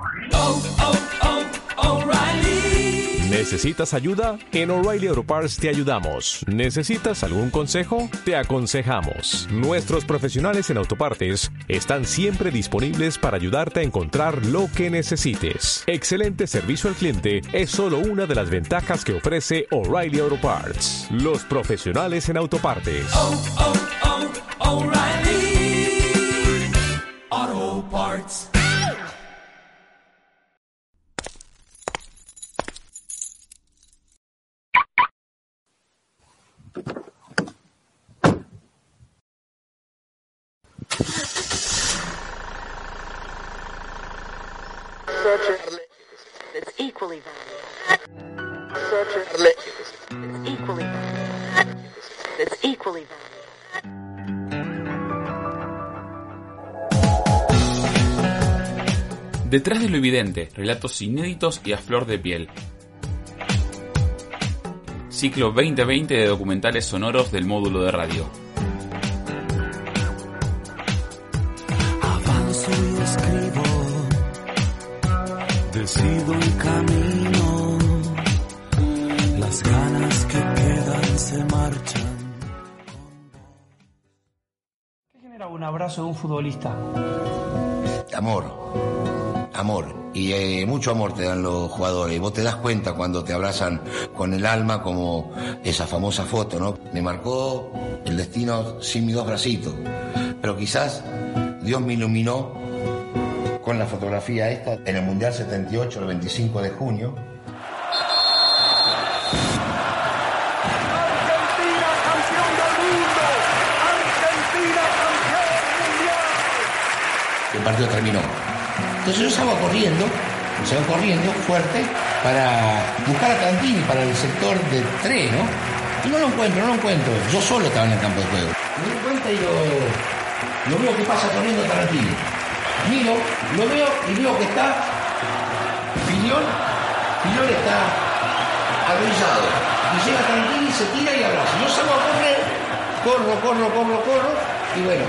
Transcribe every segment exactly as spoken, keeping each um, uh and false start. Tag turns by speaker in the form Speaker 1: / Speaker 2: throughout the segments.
Speaker 1: Oh, oh, oh, O'Reilly.
Speaker 2: ¿Necesitas ayuda? En O'Reilly Auto Parts te ayudamos. ¿Necesitas algún consejo? Te aconsejamos. Nuestros profesionales en autopartes están siempre disponibles para ayudarte a encontrar lo que necesites. Excelente servicio al cliente es solo una de las ventajas que ofrece O'Reilly Auto Parts. Los profesionales en autopartes.
Speaker 1: Oh, oh, oh, O'Reilly Auto Parts.
Speaker 3: It's equally valuable. It's equally valuable. It's equally valuable.
Speaker 4: Detrás de lo evidente, relatos inéditos y a flor de piel. Ciclo veinte veinte de documentales sonoros del módulo de radio.
Speaker 5: Avanzo y escribo, decido el camino, las ganas que quedan se marchan.
Speaker 6: ¿Qué genera un abrazo de un futbolista?
Speaker 7: Amor, amor, y eh, mucho amor te dan los jugadores. Vos te das cuenta cuando te abrazan con el alma, como esa famosa foto, ¿no? Me marcó el destino sin mis dos bracitos, pero quizás Dios me iluminó con la fotografía esta en el Mundial setenta y ocho, el veinticinco de junio.
Speaker 8: Argentina, campeón del mundo. Argentina, campeón mundial.
Speaker 7: El partido terminó. Entonces yo salgo corriendo, salgo corriendo fuerte para buscar a Tarantini para el sector de tres, ¿no? Y no lo encuentro, no lo encuentro. Yo solo estaba en el campo de juego. Me doy cuenta y lo, lo veo que pasa corriendo Tarantini. Miro, lo veo y veo que está Filión, Filión está arrodillado. Y llega Tarantini y se tira y abraza. Yo salgo a correr, corro, corro, corro, corro, y bueno.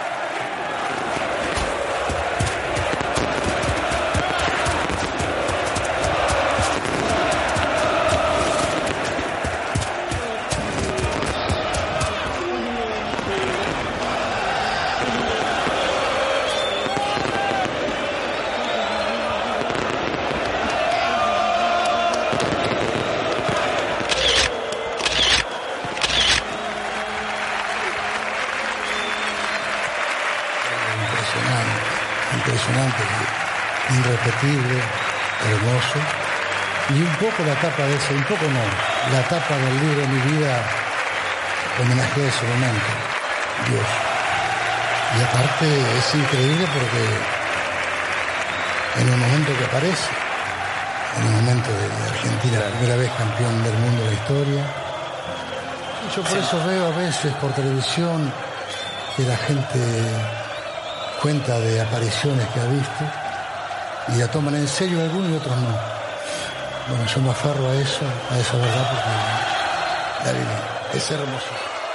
Speaker 9: Impresionante, irrepetible, hermoso. Y un poco la tapa de ese, un poco no, la tapa del libro Mi Vida homenajea ese momento, Dios. Y aparte es increíble porque en el momento que aparece, en el momento de Argentina, la primera vez campeón del mundo de la historia, yo por eso veo a veces por televisión que la gente cuenta de apariciones que ha visto y la toman en serio algunos y otros no. Bueno, yo me aferro a eso, a esa verdad, porque la viví. Es hermoso.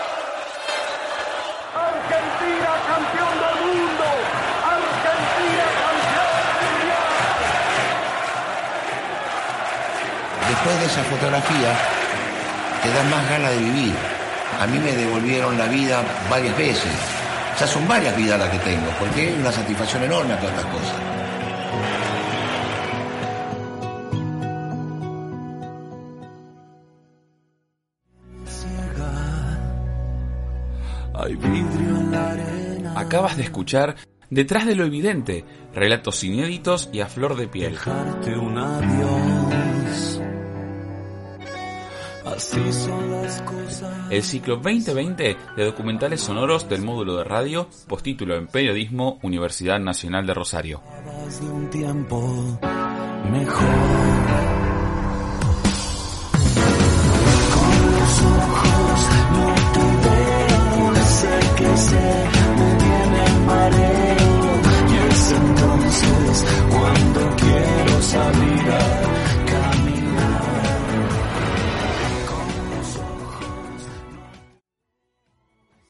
Speaker 8: Argentina, campeón del mundo. Argentina, campeón mundial.
Speaker 7: Después de esa fotografía te da más ganas de vivir. A mí me devolvieron la vida varias veces. Ya son varias vidas las que tengo, porque es una satisfacción enorme a todas estas cosas.
Speaker 5: Hay vidrio en la arena.
Speaker 4: Acabas de escuchar Detrás de lo evidente, relatos inéditos y a flor de piel.
Speaker 5: Dejarte un adiós. Así son las cosas.
Speaker 4: El ciclo veinte veinte de documentales sonoros del módulo de radio, postítulo en Periodismo, Universidad Nacional de Rosario.
Speaker 5: De un tiempo mejor.